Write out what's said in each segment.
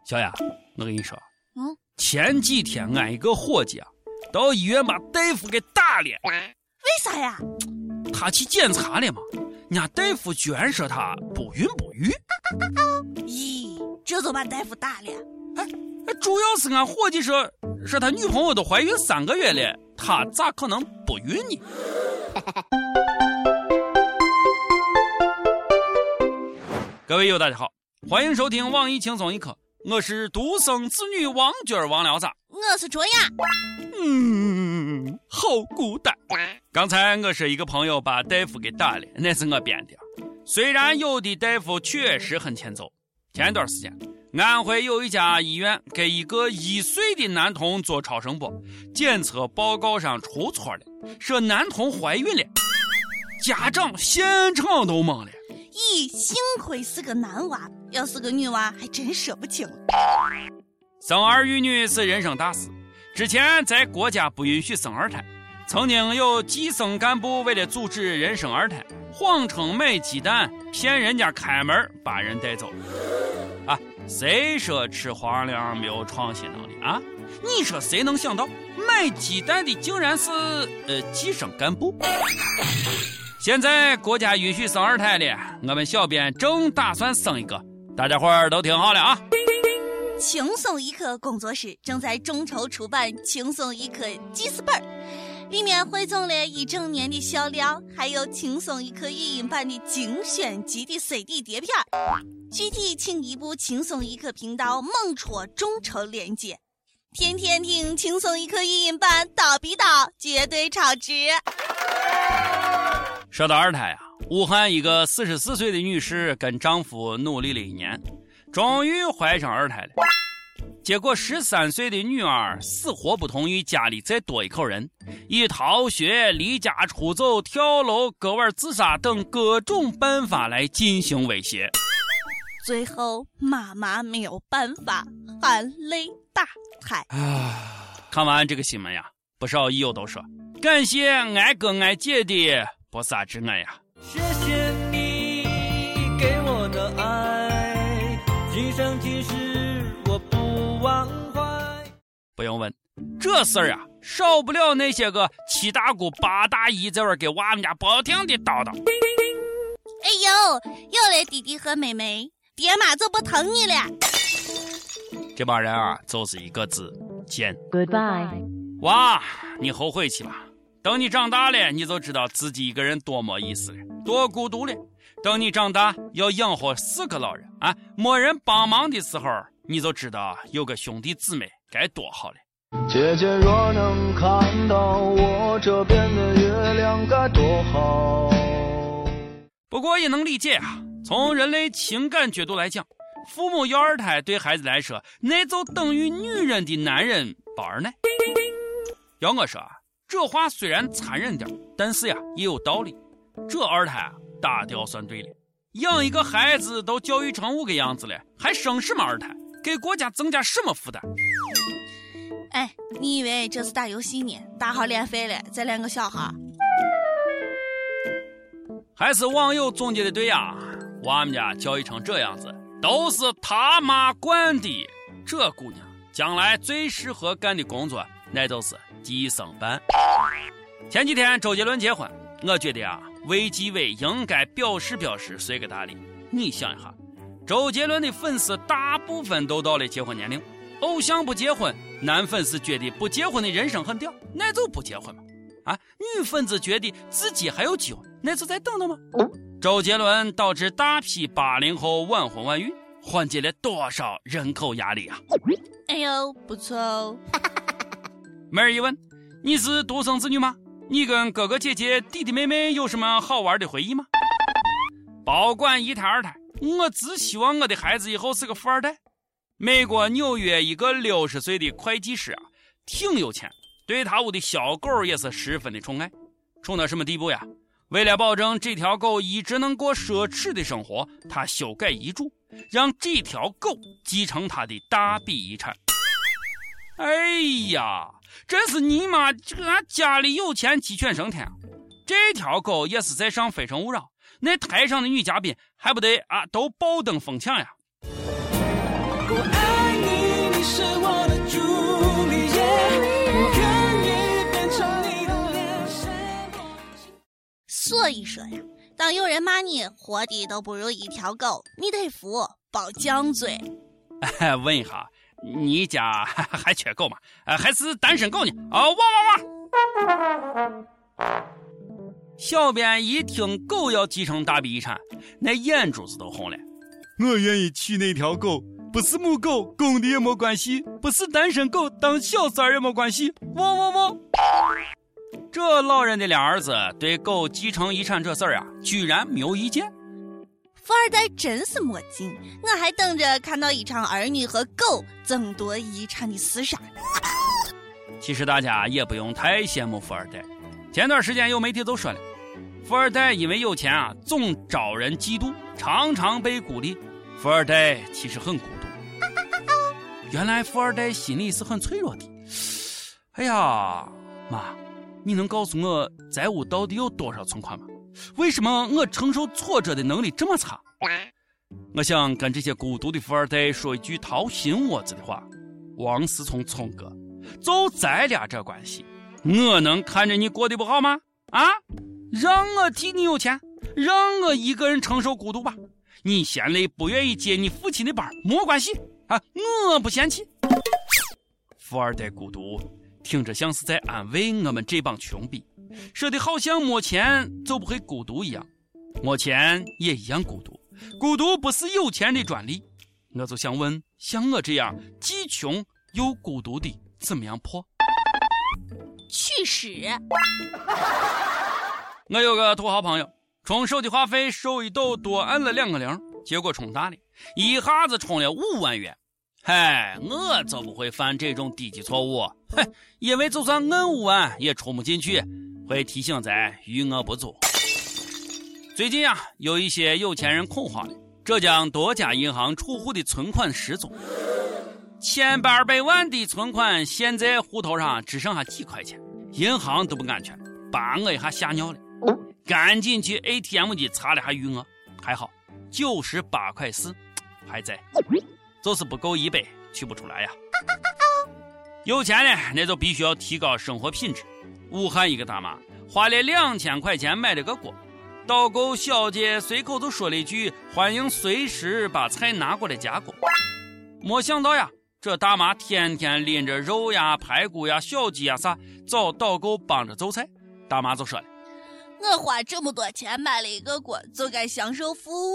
小雅，我跟你说，前几天俺一个伙计啊，到医院把大夫给打了。 为啥呀？ 他去检查了嘛，人家大夫居然说他不孕不育。 咦，这就把大夫打了？ 主要是俺伙计说他女朋友都怀孕3个月了，他咋可能不孕呢？各位友大家好，欢迎收听网易轻松一刻，我是独生子女王军王聊子， 我是卓雅。 好孤单。刚才我是一个朋友把大夫给打了，那是我编的。虽然有的大夫确实很欠揍。前段时间安徽有一家医院给一个1岁的男童做超声波，检测报告上出错了，说男童怀孕了。家长现场都懵了。 咦，幸亏是个男娃，要是个女娃还真说不清了。 生儿育女是人生大事，之前在国家不允许生二胎，曾经有计生干部为了阻止人生二胎，谎称买鸡蛋骗人家开门把人带走。谁说吃皇粮没有创新能力啊？你说谁能想到买鸡蛋的竟然是计生干部？现在国家允许生二胎了，我们小编正打算生一个，大家伙儿都听好了啊！ 轻松一刻工作室正在众筹出版轻松一刻记事本，里面汇总了一整年的销量，还有轻松一刻语音版的精选集的 CD 碟片。具体请移步轻松一刻频道猛戳众筹链接，天天听轻松一刻语音版，倒比倒，绝对超值。 说到二胎啊，武汉一个44岁的女士跟丈夫努力了1年，终于怀上二胎了。结果13岁的女儿死活不同意家里再多一口人，以逃学、离家出走、跳楼、割腕自杀等各种办法来进行威胁。 最后妈妈没有办法，含泪打胎。 看完这个新闻呀，不少益友都说感谢爱哥爱姐的不杀之恩呀。 谢谢你给我的爱，今生今世我不忘怀。 不用问，这事儿啊，少不了那些个7大姑8大姨在这给娃们家不停的叨叨。 哎呦，有了弟弟和妹妹，爹妈就不疼你了。 这帮人啊，就是一个字，贱。 Goodbye。 哇，你后悔去吧。等你长大了，你就知道自己一个人多没意思了，多孤独了。等你长大要养活4个老人啊，没人帮忙的时候，你就知道有个兄弟姊妹该多好了。 姐姐若能看到我这边的月亮该多好。 不过也能理解啊，从人类情感角度来讲，父母要二胎对孩子来说，那就等于女人的男人包二奶。要我说啊，这话虽然残忍点，但是呀也有道理。这二胎啊打掉算对了，养一个孩子都教育成5个样子了，还生什么二胎？给国家增加什么负担？ 哎，你以为这是打游戏呢？打好练废了再练个小孩？ 还是网友总结的对呀，娃们家教育成这样子都是他妈惯的。这姑娘将来最适合干的工作那就是计生办。前几天周杰伦结婚，我觉得啊，卫计委应该表示随个大礼。你想一下，周杰伦的粉丝大部分都到了结婚年龄，偶像不结婚，男粉丝觉得不结婚的人生很屌，那就不结婚嘛。女粉丝觉得自己还有机会，那就再等等嘛。周杰伦导致大批80后晚婚晚育，缓解了多少人口压力啊！ 哎呦，不错哦。 妹儿一问，你是独生子女吗？你跟哥哥姐姐弟弟妹妹有什么好玩的回忆吗？保管1胎2胎，我只希望我的孩子以后是个富二代。美国纽约一个60岁的会计师啊，挺有钱，对他屋的小狗也是十分的宠爱，宠到什么地步呀？为了保证这条狗一直能过奢侈的生活，他修改遗嘱，让这条狗继承他的大笔遗产。哎呀，真是你妈，这个家里有钱鸡犬升天啊！这条狗也是在上非诚勿扰，那台上的女嘉宾还不得啊都爆灯疯抢呀！ 我爱你是我的朱丽叶，我愿意变成你的脸线。 所以说呀，当有人骂你活的都不如一条狗，你得服，别犟嘴。 问一下，你家还缺狗吗？还是单身狗呢？汪汪汪！小编一听狗要继承大笔遗产，那眼珠子都红了。我愿意娶那条狗，不是母狗，公的也没关系；不是单身狗，当小三儿也没关系。汪汪汪！这老人的俩儿子对狗继承遗产这事儿啊，居然没有意见。 富二代真是没劲，我还等着看到一场儿女和狗争夺遗产的厮杀。 其实大家也不用太羡慕富二代。前段时间有媒体都说了，富二代因为有钱啊，总招人嫉妒，常常被孤立。富二代其实很孤独。原来富二代心里是很脆弱的。哎呀，妈，你能告诉我债务到底有多少存款吗？为什么我承受挫折的能力这么差？我想跟这些孤独的富二代说一句掏心窝子的话，王思聪哥，就咱俩这关系，我能看着你过得不好吗？啊，让我替你有钱，让我一个人承受孤独吧。你嫌累不愿意接你父亲的班，没关系啊，我不嫌弃。富二代孤独听着像是在安慰我们这帮穷逼，说的好像没钱就不会孤独一样。没钱也一样孤独，孤独不是有钱人的专利。我就想问，像我这样既穷又孤独的怎么样破？ 去屎！ 我有个土豪朋友，充手机话费手一抖多按了2个0，结果充大了，一下子充了5万元。嗨，我就不会犯这种低级错误，因为就算按5万也充不进去，会提醒咱余额不足。最近啊，有一些有钱人恐慌了，浙江多家银行储户的存款失踪，1800万的存款现在户头上只剩下几块钱，银行都不安全，把我一下吓尿了，赶紧去 ATM 机查了下余额，还好98块4还在，就是不够100取不出来呀。有钱呢，那就必须要提高生活品质。武汉一个大妈花了2000块钱买了个锅，导购小姐随口就说了一句欢迎随时把菜拿过来加工。没想到呀，这大妈天天拎着肉呀排骨呀小鸡呀啥找导购帮着做菜。大妈就说了， 我花这么多钱买了一个锅，就该享受服务。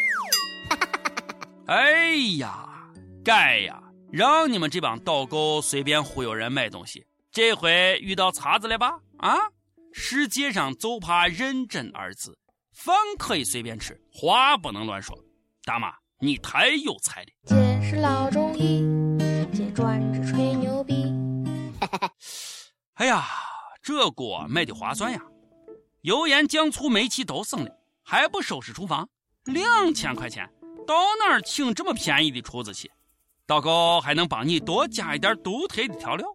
哎呀，该呀，让你们这帮导购随便忽悠人买东西，这回遇到茬子了吧？啊，世界上就怕认真2字，饭可以随便吃，话不能乱说。大妈，你太有才了。 姐是老中医，姐专治吹牛逼。 哎呀，这锅买的划算呀，油盐酱醋煤气都省了，还不收拾厨房，2000块钱到哪儿请这么便宜的厨子去？导购还能帮你多加一点独特的调料。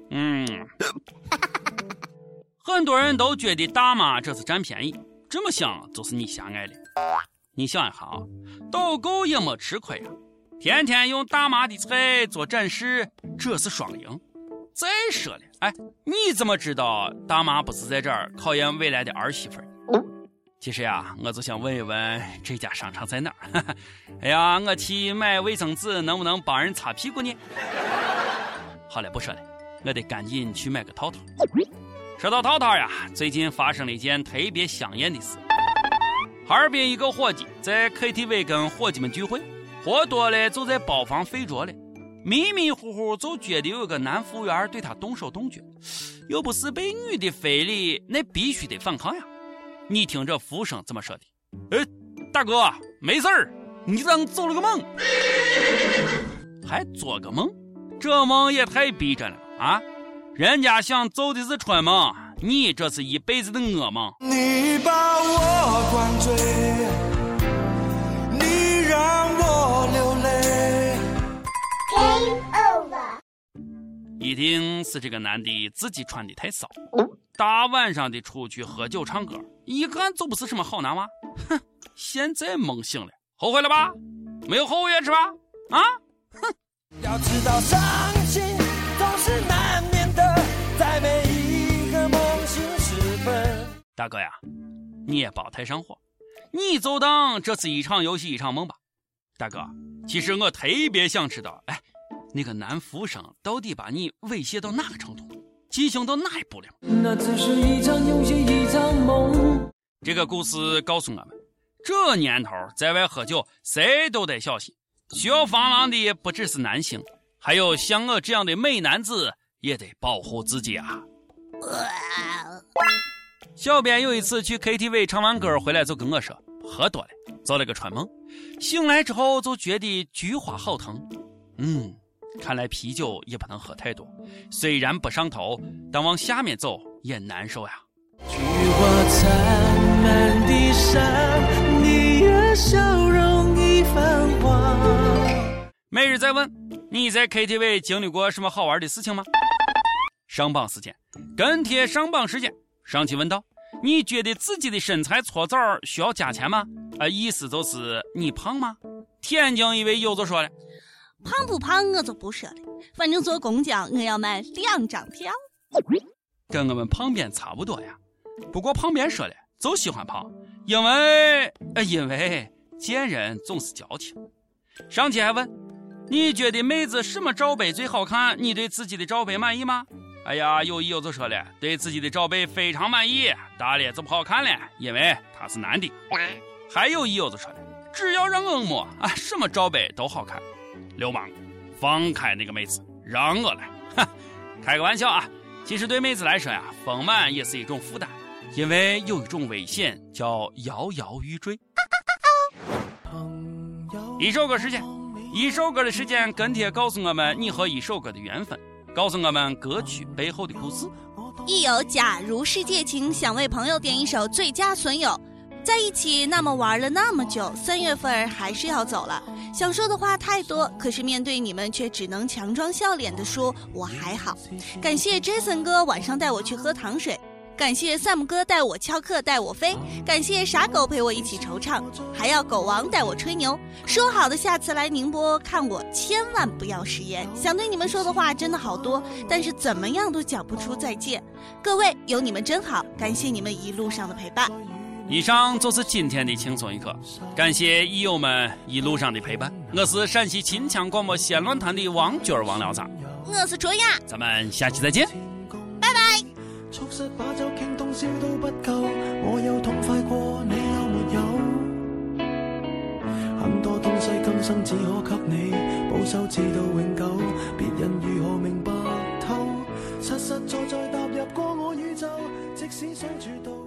很多人都觉得大妈这是占便宜，这么想就是你狭隘了。你想一下啊，导购也没吃亏啊，天天用大妈的菜做展示，这是双赢。再说了，哎，你怎么知道大妈不是在这儿考验未来的儿媳妇？其实呀，我就想问一问这家商场在哪儿？哎呀，我去买卫生纸能不能帮人擦屁股呢？好了，不说了，我得赶紧去买个套套。说到套套呀，最近发生了一件特别香艳的事。哈尔滨一个伙计在 KTV 跟伙计们聚会，喝多了就在包房睡着了，迷迷糊糊就觉得有个男服务员对他动手动脚，又不是被女的非礼，那必须得反抗呀。你听这服务生怎么说的？大哥，没事儿，你当做了个梦，还做个梦，这梦也太逼真了啊！人家想做的是春梦，你这是一辈子的噩梦。 你把我灌醉，你让我流泪。 Game over。 一定是这个男的自己穿的太骚，大晚上的出去喝酒唱歌，一看就不是什么好男娃。哼，现在梦醒了，后悔了吧？没有后悔是吧？啊，哼。 要知道伤心总是难免的，在每一个梦醒时分。 大哥呀，你也别太上火，你就当这是一场游戏一场梦吧。大哥，其实我特别想知道，那个男服务生到底把你威胁到哪个程度，进行到哪一步了？ 那只是一场游戏一场梦。 这个故事告诉我们，这年头在外喝酒谁都得小心，需要防狼的不只是男性，还有像我这样的美男子也得保护自己啊。小编有一次去 KTV 唱完歌回来就跟我说，喝多了做了个春梦，醒来之后就觉得菊花好疼。看来啤酒也不能喝太多，虽然不上头，但往下面走也难受呀。 菊花残满地伤，你的笑容已泛黄。 每日再问，你在 KTV 经历过什么好玩的事情吗？上榜时间，跟帖上榜时间。上期问道，你觉得自己的身材搓澡需要加钱吗？意思就是你胖吗？天津一位友就说了， 胖不胖我就不说了，反正坐公交我要买2张票。 跟我们胖边差不多呀，不过胖边说了就喜欢胖，因为见人总是矫情。上期还问，你觉得妹子什么罩杯最好看？你对自己的罩杯满意吗？有友就说了，对自己的罩杯非常满意，大了就不好看了，因为他是男的。还有友就说了，只要让我摸什么罩杯都好看。流氓，放开那个妹子，让我来。开个玩笑啊，其实对妹子来说呀，丰满也是一种负担，因为有一种危险叫摇摇欲坠。一首歌的时间，跟帖告诉我们你和一首歌的缘分，告诉我们歌曲背后的故事。 一有假如世界情，想为朋友点一首最佳损友。在一起那么玩了那么久，3月份还是要走了。想说的话太多，可是面对你们却只能强装笑脸地说我还好。感谢 Jason 哥晚上带我去喝糖水，感谢 Sam 哥带我翘课带我飞，感谢傻狗陪我一起惆怅，还要狗王带我吹牛。说好的下次来宁波看我，千万不要食言。想对你们说的话真的好多，但是怎么样都讲不出再见。各位有你们真好，感谢你们一路上的陪伴。 以上就是今天的轻松一刻，感谢益友们一路上的陪伴。我是陕西秦腔广播西安论坛的王军王聊杂， 我是卓雅， 咱们下期再见， 拜拜。 促膝把酒傾通宵都不夠，我有痛快過你有沒有？很多東西今生只可給你保守至到永久，別人如何明白透？實實在在踏入過我宇宙，即使相處到